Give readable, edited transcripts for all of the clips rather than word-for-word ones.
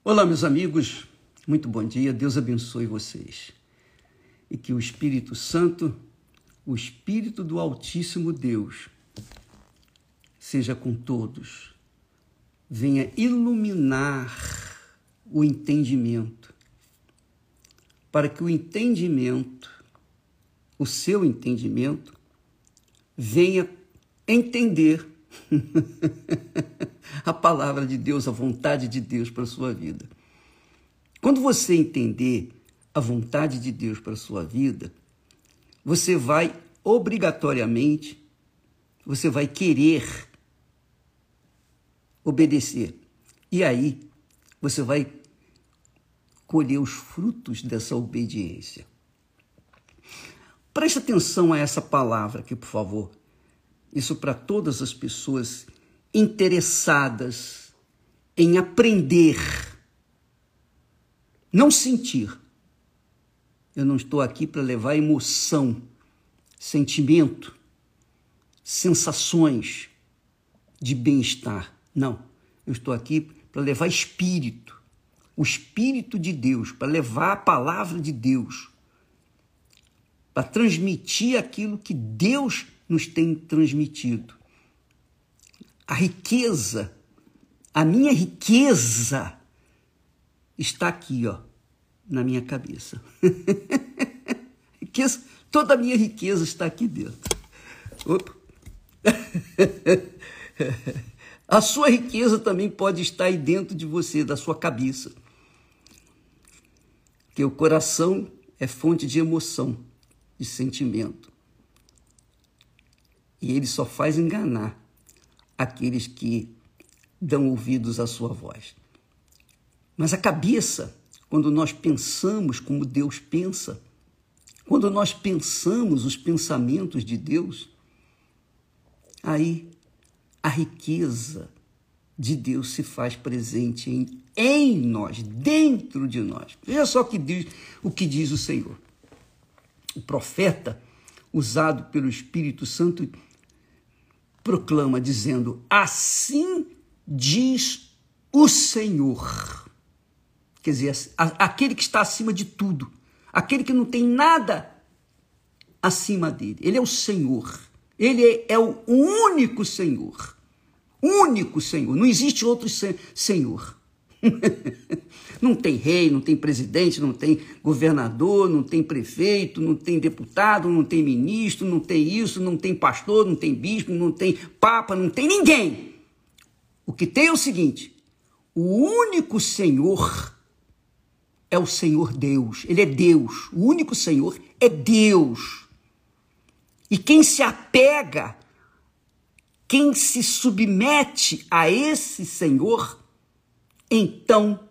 Olá, meus amigos, muito bom dia, Deus abençoe vocês. E que o Espírito Santo, o Espírito do Altíssimo Deus, seja com todos, venha iluminar o entendimento, para que o entendimento, o seu entendimento, venha entender a palavra de Deus, a vontade de Deus para a sua vida. Quando você entender a vontade de Deus para a sua vida, você vai obrigatoriamente, você vai querer obedecer. E aí, você vai colher os frutos dessa obediência. Preste atenção a essa palavra aqui, por favor. Isso para todas as pessoas interessadas em aprender, não sentir. Eu não estou aqui para levar emoção, sentimento, sensações de bem-estar. Não, eu estou aqui para levar espírito, o Espírito de Deus, para levar a palavra de Deus, para transmitir aquilo que Deus nos tem transmitido. A riqueza, a minha riqueza está aqui, ó, na minha cabeça. Toda a minha riqueza está aqui dentro. Opa. A sua riqueza também pode estar aí dentro de você, da sua cabeça. Porque o coração é fonte de emoção, de sentimento. E ele só faz enganar aqueles que dão ouvidos à sua voz. Mas a cabeça, quando nós pensamos como Deus pensa, quando nós pensamos os pensamentos de Deus, aí a riqueza de Deus se faz presente em nós, dentro de nós. Veja só o que diz o Senhor. O profeta, usado pelo Espírito Santo, proclama dizendo: assim diz o Senhor. Quer dizer, aquele que está acima de tudo, aquele que não tem nada acima dele. Ele é o Senhor, ele é o único Senhor, não existe outro Senhor. Não tem rei, não tem presidente, não tem governador, não tem prefeito, não tem deputado, não tem ministro, não tem isso, não tem pastor, não tem bispo, não tem papa, não tem ninguém. O que tem é o seguinte: o único Senhor é o Senhor Deus. Ele é Deus. O único Senhor é Deus. E quem se apega, quem se submete a esse Senhor, então,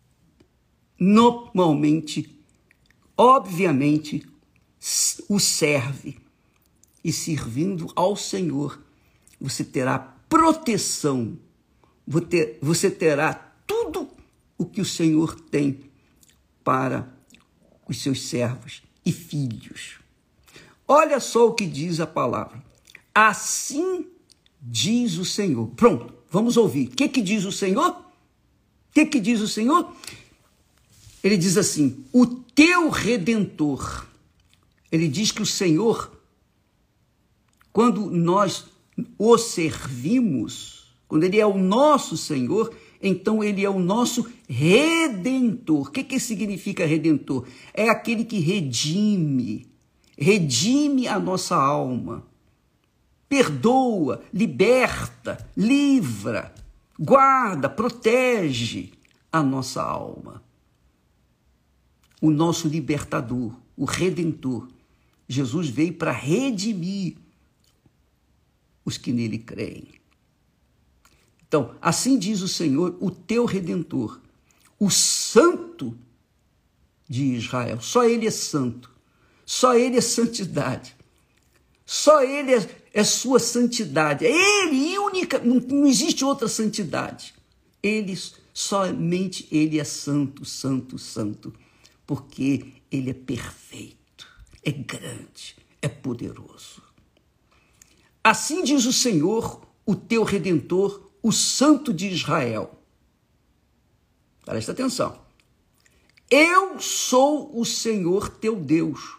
normalmente, obviamente, o serve. E servindo ao Senhor, você terá proteção, você terá tudo o que o Senhor tem para os seus servos e filhos. Olha só o que diz a palavra. Assim diz o Senhor. Pronto, vamos ouvir. O que diz o Senhor? O que diz o Senhor? Ele diz assim: o teu Redentor. Ele diz que o Senhor, quando nós o servimos, quando ele é o nosso Senhor, então ele é o nosso Redentor. O que significa Redentor? É aquele que redime a nossa alma, perdoa, liberta, livra, guarda, protege a nossa alma. O nosso libertador, o Redentor. Jesus veio para redimir os que nele creem. Então, assim diz o Senhor, o teu Redentor, o Santo de Israel. Só ele é santo, só ele é santidade, só ele é sua santidade. Ele única, não existe outra santidade. Somente ele é santo, santo, santo, porque ele é perfeito, é grande, é poderoso. Assim diz o Senhor, o teu Redentor, o Santo de Israel. Presta atenção. Eu sou o Senhor teu Deus.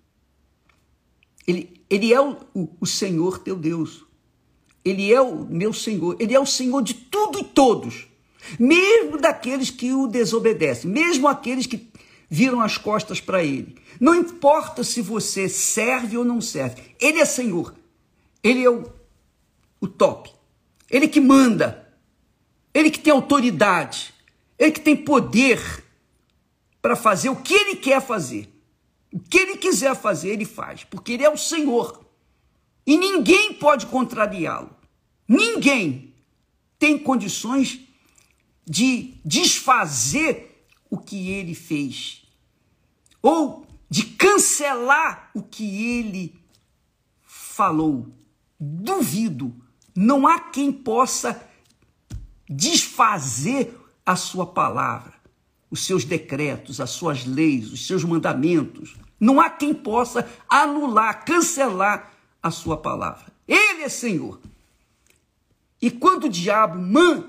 Ele é o Senhor teu Deus. Ele é o meu Senhor. Ele é o Senhor de tudo e todos. Mesmo daqueles que o desobedecem. Mesmo aqueles que viram as costas para ele. Não importa se você serve ou não serve. Ele é Senhor. Ele é o top. Ele que manda. Ele que tem autoridade. Ele que tem poder para fazer o que ele quer fazer. O que ele quiser fazer, ele faz. Porque ele é o Senhor. E ninguém pode contrariá-lo. Ninguém tem condições de desfazer o que ele fez. Ou de cancelar o que ele falou. Duvido. Não há quem possa desfazer a sua palavra, os seus decretos, as suas leis, os seus mandamentos. Não há quem possa anular, cancelar a sua palavra. Ele é Senhor. E quando o diabo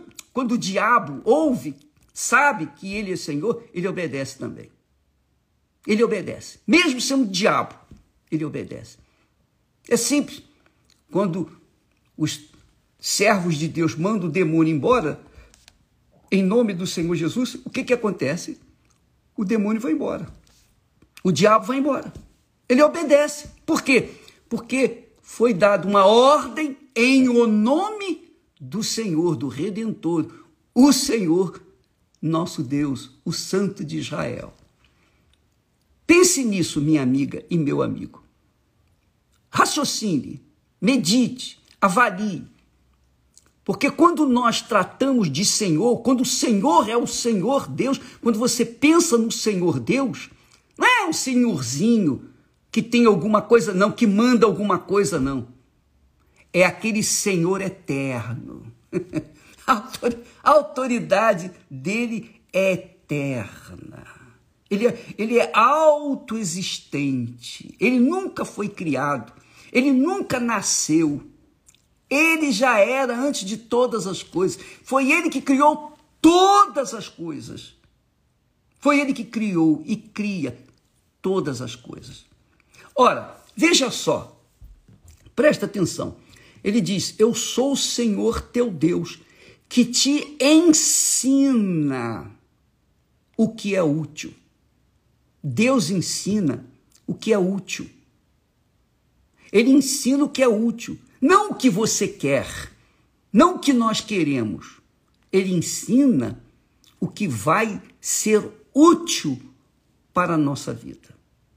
ouve, sabe que ele é Senhor, ele obedece também. Ele obedece. Mesmo sendo diabo, ele obedece. É simples. Quando os servos de Deus mandam o demônio embora, em nome do Senhor Jesus, o que acontece? O demônio vai embora. O diabo vai embora. Ele obedece. Por quê? Porque foi dada uma ordem em o nome do Senhor, do Redentor, o Senhor, nosso Deus, o Santo de Israel. Pense nisso, minha amiga e meu amigo. Raciocine, medite, avalie. Porque quando nós tratamos de Senhor, quando o Senhor é o Senhor Deus, quando você pensa no Senhor Deus, não é um senhorzinho que tem alguma coisa, não, que manda alguma coisa, não. É aquele Senhor eterno. A autoridade dele é eterna. Ele é autoexistente. Ele nunca foi criado. Ele nunca nasceu. Ele já era antes de todas as coisas. Foi ele que criou todas as coisas. Foi ele que criou e cria todas as coisas. Ora, veja só. Presta atenção. Ele diz, eu sou o Senhor teu Deus, que te ensina o que é útil. Deus ensina o que é útil. Ele ensina o que é útil. Não o que você quer, não o que nós queremos. Ele ensina o que vai ser útil para a nossa vida.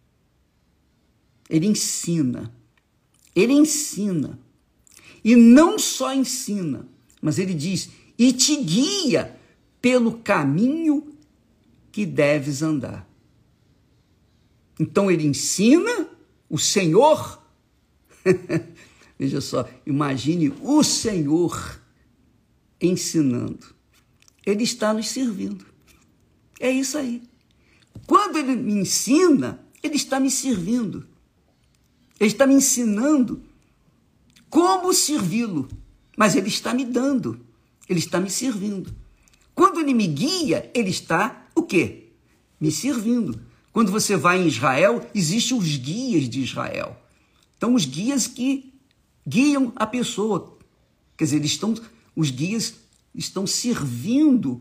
Ele ensina. Ele ensina. E não só ensina, mas ele diz, e te guia pelo caminho que deves andar. Então ele ensina, o Senhor... Veja só, imagine o Senhor ensinando. Ele está nos servindo. É isso aí. Quando ele me ensina, ele está me servindo. Ele está me ensinando como servi-lo. Mas ele está me dando. Ele está me servindo. Quando ele me guia, ele está o quê? Me servindo. Quando você vai em Israel, existem os guias de Israel. Então, os guias que guiam a pessoa. Quer dizer, os guias estão servindo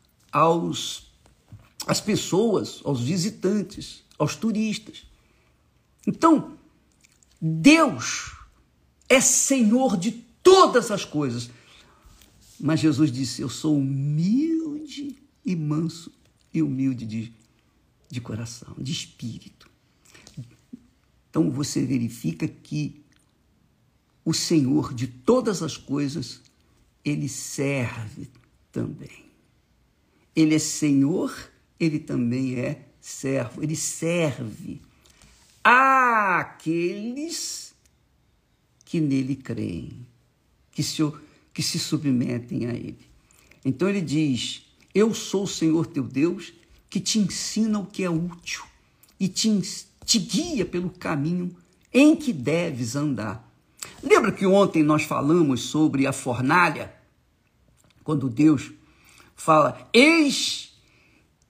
às pessoas, aos visitantes, aos turistas. Então, Deus é Senhor de todas as coisas. Mas Jesus disse, eu sou humilde e manso e humilde de coração, de espírito. Então, você verifica que o Senhor de todas as coisas, ele serve também. Ele é Senhor, ele também é servo. Ele serve àqueles que nele creem, que se submetem a ele. Então, ele diz, eu sou o Senhor teu Deus, que te ensina o que é útil e te guia pelo caminho em que deves andar. Lembra que ontem nós falamos sobre a fornalha? Quando Deus fala, eis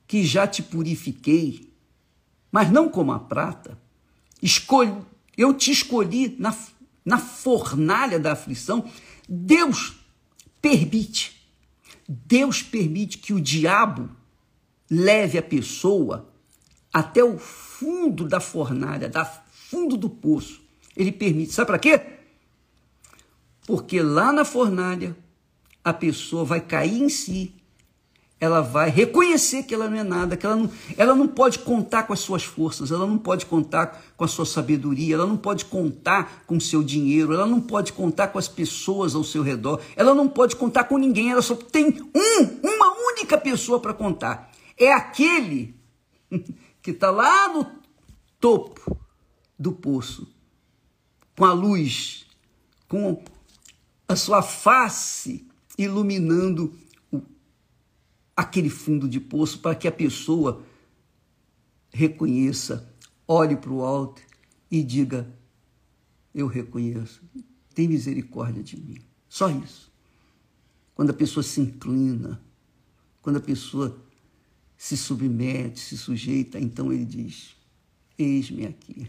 que já te purifiquei, mas não como a prata. Eu te escolhi na fornalha da aflição. Deus permite que o diabo leve a pessoa até o fundo da fornalha, fundo do poço. Ele permite. Sabe para quê? Porque lá na fornalha, a pessoa vai cair em si, ela vai reconhecer que ela não é nada, que ela não pode contar com as suas forças, ela não pode contar com a sua sabedoria, ela não pode contar com o seu dinheiro, ela não pode contar com as pessoas ao seu redor, ela não pode contar com ninguém, ela só tem uma única pessoa para contar. É aquele que está lá no topo do poço, com a luz, com a sua face iluminando aquele fundo de poço, para que a pessoa reconheça, olhe para o alto e diga: eu reconheço, tem misericórdia de mim. Só isso. Quando a pessoa se inclina, quando a pessoa se submete, se sujeita, então ele diz: eis-me aqui.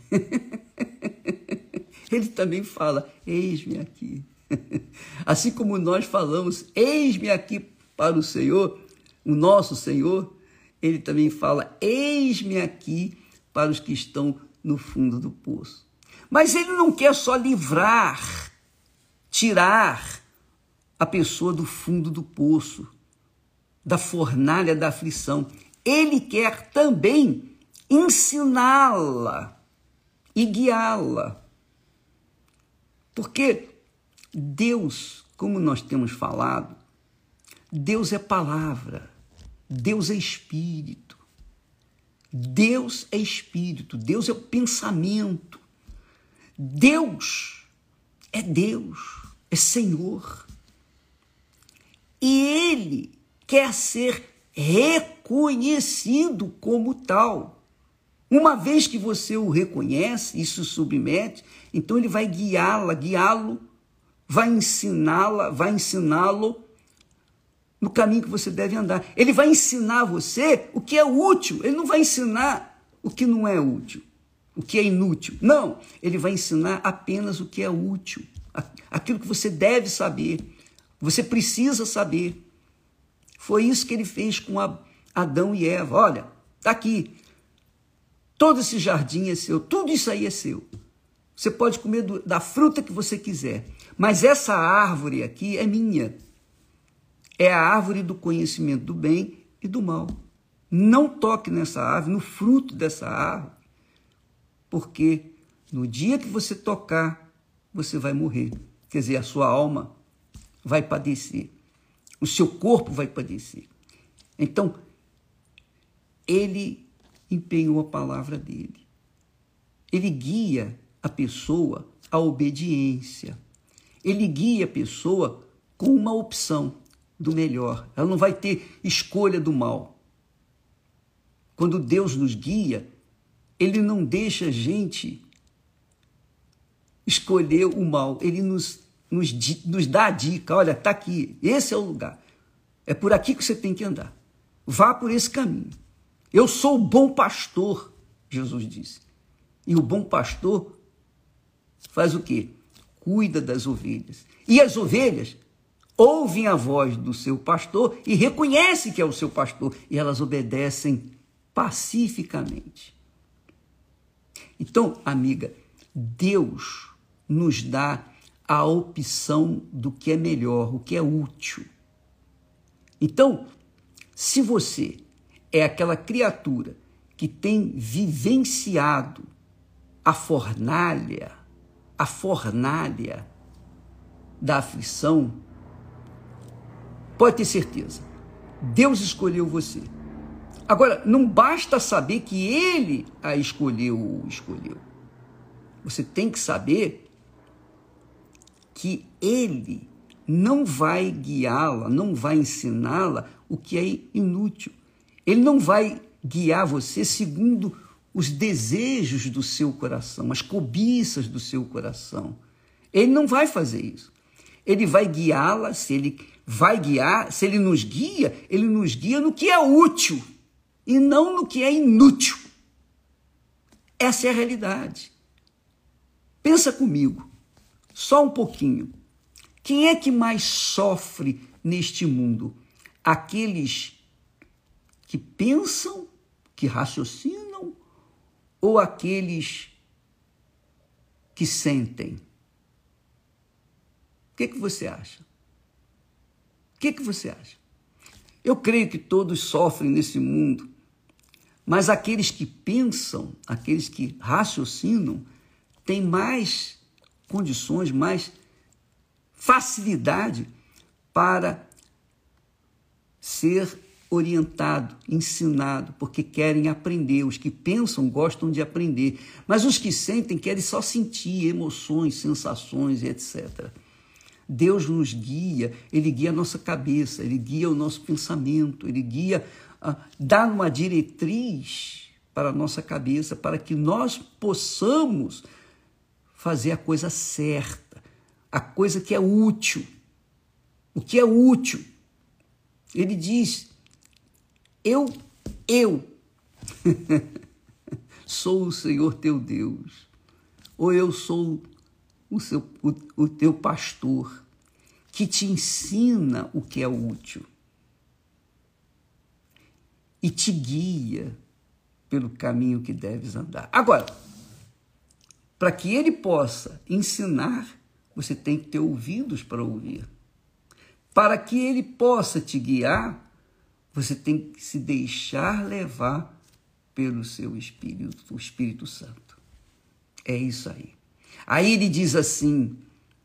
Ele também fala: eis-me aqui. Assim como nós falamos: eis-me aqui para o Senhor, o nosso Senhor, ele também fala: eis-me aqui para os que estão no fundo do poço. Mas ele não quer só livrar, tirar a pessoa do fundo do poço, da fornalha da aflição. Ele quer também ensiná-la e guiá-la. Porque Deus, como nós temos falado, Deus é palavra, Deus é espírito, Deus é espírito, Deus é o pensamento, Deus, é Senhor. E Ele quer ser reconhecido como tal. Uma vez que você o reconhece e se submete, então Ele vai guiá-lo, vai ensiná-lo no caminho que você deve andar. Ele vai ensinar você o que é útil. Ele não vai ensinar o que não é útil, o que é inútil. Não, ele vai ensinar apenas o que é útil, aquilo que você deve saber, você precisa saber. Foi isso que ele fez com Adão e Eva. Olha, está aqui, todo esse jardim é seu, tudo isso aí é seu. Você pode comer da fruta que você quiser, mas essa árvore aqui é minha. É a árvore do conhecimento do bem e do mal. Não toque nessa árvore, no fruto dessa árvore, porque no dia que você tocar, você vai morrer. Quer dizer, a sua alma vai padecer, o seu corpo vai padecer. Então, ele empenhou a palavra dele. Ele guia a pessoa à obediência. Ele guia a pessoa com uma opção do melhor. Ela não vai ter escolha do mal. Quando Deus nos guia, Ele não deixa a gente escolher o mal. Ele nos dá a dica: olha, está aqui, esse é o lugar. É por aqui que você tem que andar. Vá por esse caminho. Eu sou o bom pastor, Jesus disse. E o bom pastor faz o quê? Cuida das ovelhas. E as ovelhas ouvem a voz do seu pastor e reconhecem que é o seu pastor. E elas obedecem pacificamente. Então, amiga, Deus nos dá a opção do que é melhor, o que é útil. Então, se você é aquela criatura que tem vivenciado a fornalha da aflição, pode ter certeza, Deus escolheu você. Agora, não basta saber que Ele a escolheu ou escolheu. Você tem que saber que Ele não vai guiá-la, não vai ensiná-la o que é inútil. Ele não vai guiar você segundo os desejos do seu coração, as cobiças do seu coração. Ele não vai fazer isso. Ele vai guiá-la, se ele nos guia no que é útil. e não no que é inútil. Essa é a realidade. Pensa comigo, só um pouquinho. Quem é que mais sofre neste mundo? Aqueles que pensam, que raciocinam, ou aqueles que sentem? O que você acha? O que você acha? Eu creio que todos sofrem nesse mundo, mas aqueles que pensam, aqueles que raciocinam, têm mais condições, mais facilidade para ser orientado, ensinado, porque querem aprender. Os que pensam gostam de aprender, mas os que sentem querem só sentir emoções, sensações, etc. Deus nos guia, Ele guia a nossa cabeça, Ele guia o nosso pensamento, Ele guia, dá uma diretriz para a nossa cabeça, para que nós possamos fazer a coisa certa, a coisa que é útil. O que é útil? Ele diz, eu sou o Senhor teu Deus, ou eu sou o teu pastor, que te ensina o que é útil e te guia pelo caminho que deves andar. Agora, para que ele possa ensinar, você tem que ter ouvidos para ouvir. Para que ele possa te guiar, você tem que se deixar levar pelo seu Espírito, o Espírito Santo. É isso aí. Aí ele diz assim,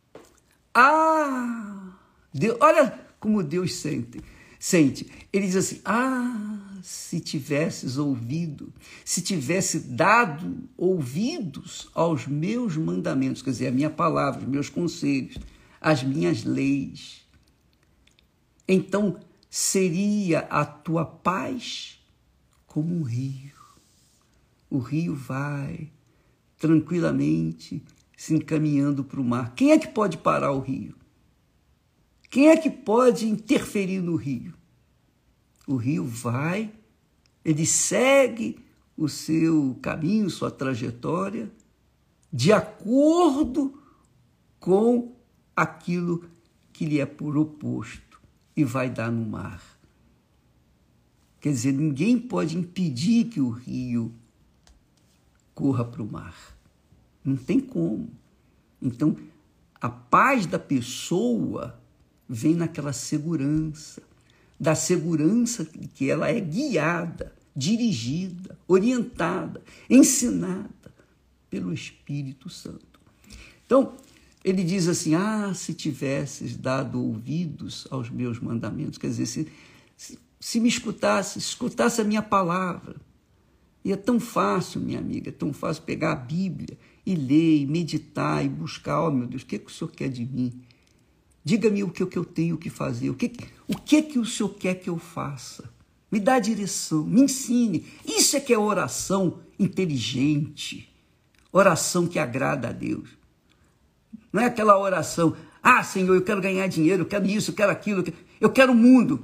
Deus, olha como Deus sente. Ele diz assim, se tivesses ouvido, se tivesse dado ouvidos aos meus mandamentos, quer dizer, a minha palavra, os meus conselhos, as minhas leis, então seria a tua paz como um rio. O rio vai tranquilamente se encaminhando para o mar. Quem é que pode parar o rio? Quem é que pode interferir no rio? O rio vai, ele segue o seu caminho, sua trajetória, de acordo com aquilo que lhe é proposto e vai dar no mar. Quer dizer, ninguém pode impedir que o rio corra para o mar. Não tem como. Então, a paz da pessoa vem naquela segurança, da segurança que ela é guiada, dirigida, orientada, ensinada pelo Espírito Santo. Então, ele diz assim, se tivesses dado ouvidos aos meus mandamentos, quer dizer, se me escutasse a minha palavra. E é tão fácil, minha amiga, é tão fácil pegar a Bíblia e ler, e meditar, e buscar, meu Deus, o que o Senhor quer de mim? Diga-me o que eu tenho que fazer, o que o Senhor quer que eu faça? Me dá direção, me ensine. Isso é que é oração inteligente, oração que agrada a Deus. Não é aquela oração, Senhor, eu quero ganhar dinheiro, eu quero isso, eu quero aquilo, eu quero o mundo.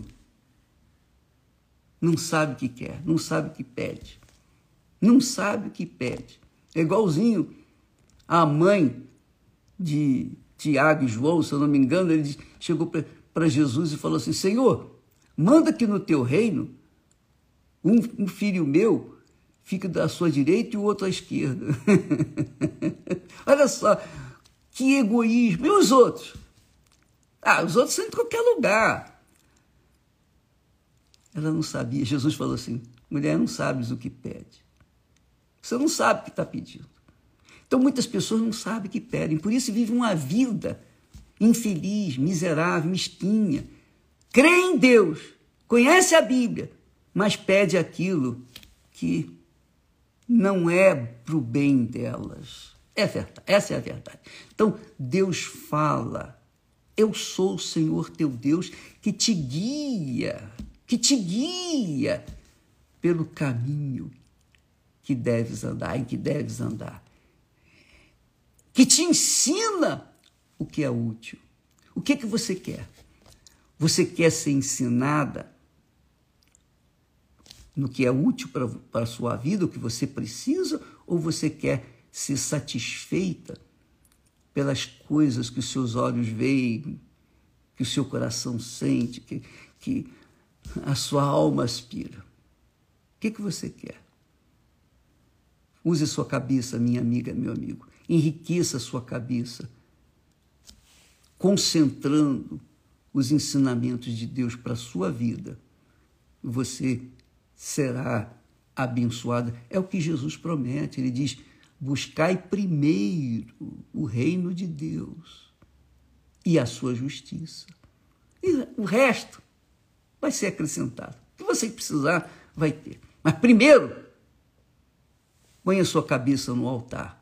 Não sabe o que quer, não sabe o que pede. Não sabe o que pede. É igualzinho a mãe de Tiago e João, se eu não me engano, ele chegou para Jesus e falou assim, Senhor, manda que no teu reino um filho meu fique da sua direita e o outro à esquerda. Olha só, que egoísmo. E os outros? Os outros são em qualquer lugar. Ela não sabia. Jesus falou assim, mulher, não sabes o que pede. Você não sabe o que está pedindo. Então, muitas pessoas não sabem o que pedem, por isso vivem uma vida infeliz, miserável, mesquinha. Crê em Deus, conhece a Bíblia, mas pede aquilo que não é para o bem delas. É verdade, essa é a verdade. Então, Deus fala, eu sou o Senhor teu Deus que te guia pelo caminho que deves andar, em que deves andar. Que te ensina o que é útil. O que você quer? Você quer ser ensinada no que é útil para a sua vida, o que você precisa, ou você quer ser satisfeita pelas coisas que os seus olhos veem, que o seu coração sente, que a sua alma aspira? O que você quer? Use a sua cabeça, minha amiga, meu amigo. Enriqueça a sua cabeça, concentrando os ensinamentos de Deus para a sua vida. Você será abençoada. É o que Jesus promete. Ele diz: buscai primeiro o reino de Deus e a sua justiça. E o resto vai ser acrescentado. O que você precisar, vai ter. Mas primeiro, ponha a sua cabeça no altar.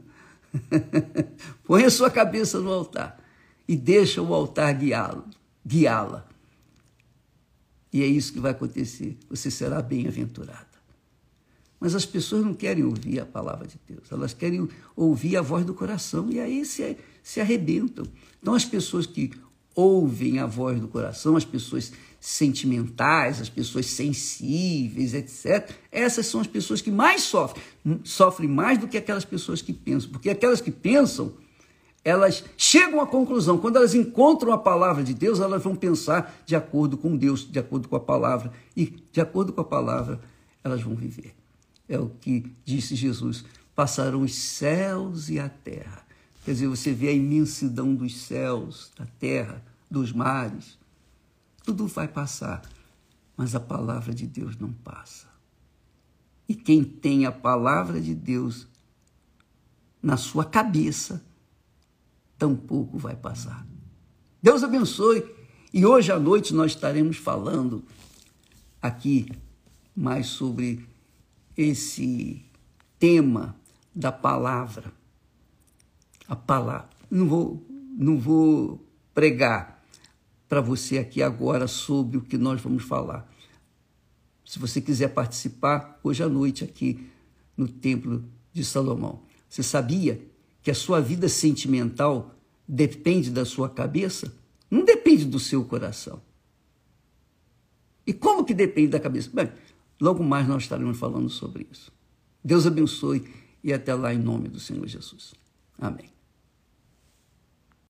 Ponha a sua cabeça no altar e deixa o altar guiá-la. E é isso que vai acontecer. Você será bem-aventurada. Mas as pessoas não querem ouvir a palavra de Deus. Elas querem ouvir a voz do coração e aí se arrebentam. Então, as pessoas que ouvem a voz do coração, as pessoas sentimentais, as pessoas sensíveis, etc., essas são as pessoas que mais sofrem mais do que aquelas pessoas que pensam, porque aquelas que pensam, elas chegam à conclusão, quando elas encontram a palavra de Deus, elas vão pensar de acordo com Deus, de acordo com a palavra, e de acordo com a palavra, elas vão viver. É o que disse Jesus: passarão os céus e a terra. Quer dizer, você vê a imensidão dos céus, da terra, dos mares. Tudo vai passar, mas a palavra de Deus não passa. E quem tem a palavra de Deus na sua cabeça, tampouco vai passar. Deus abençoe. E hoje à noite nós estaremos falando aqui mais sobre esse tema da palavra. A palavra. Não vou pregar para você aqui agora sobre o que nós vamos falar. Se você quiser participar hoje à noite aqui no Templo de Salomão. Você sabia que a sua vida sentimental depende da sua cabeça? Não depende do seu coração. E como que depende da cabeça? Bem, logo mais nós estaremos falando sobre isso. Deus abençoe e até lá em nome do Senhor Jesus. Amém.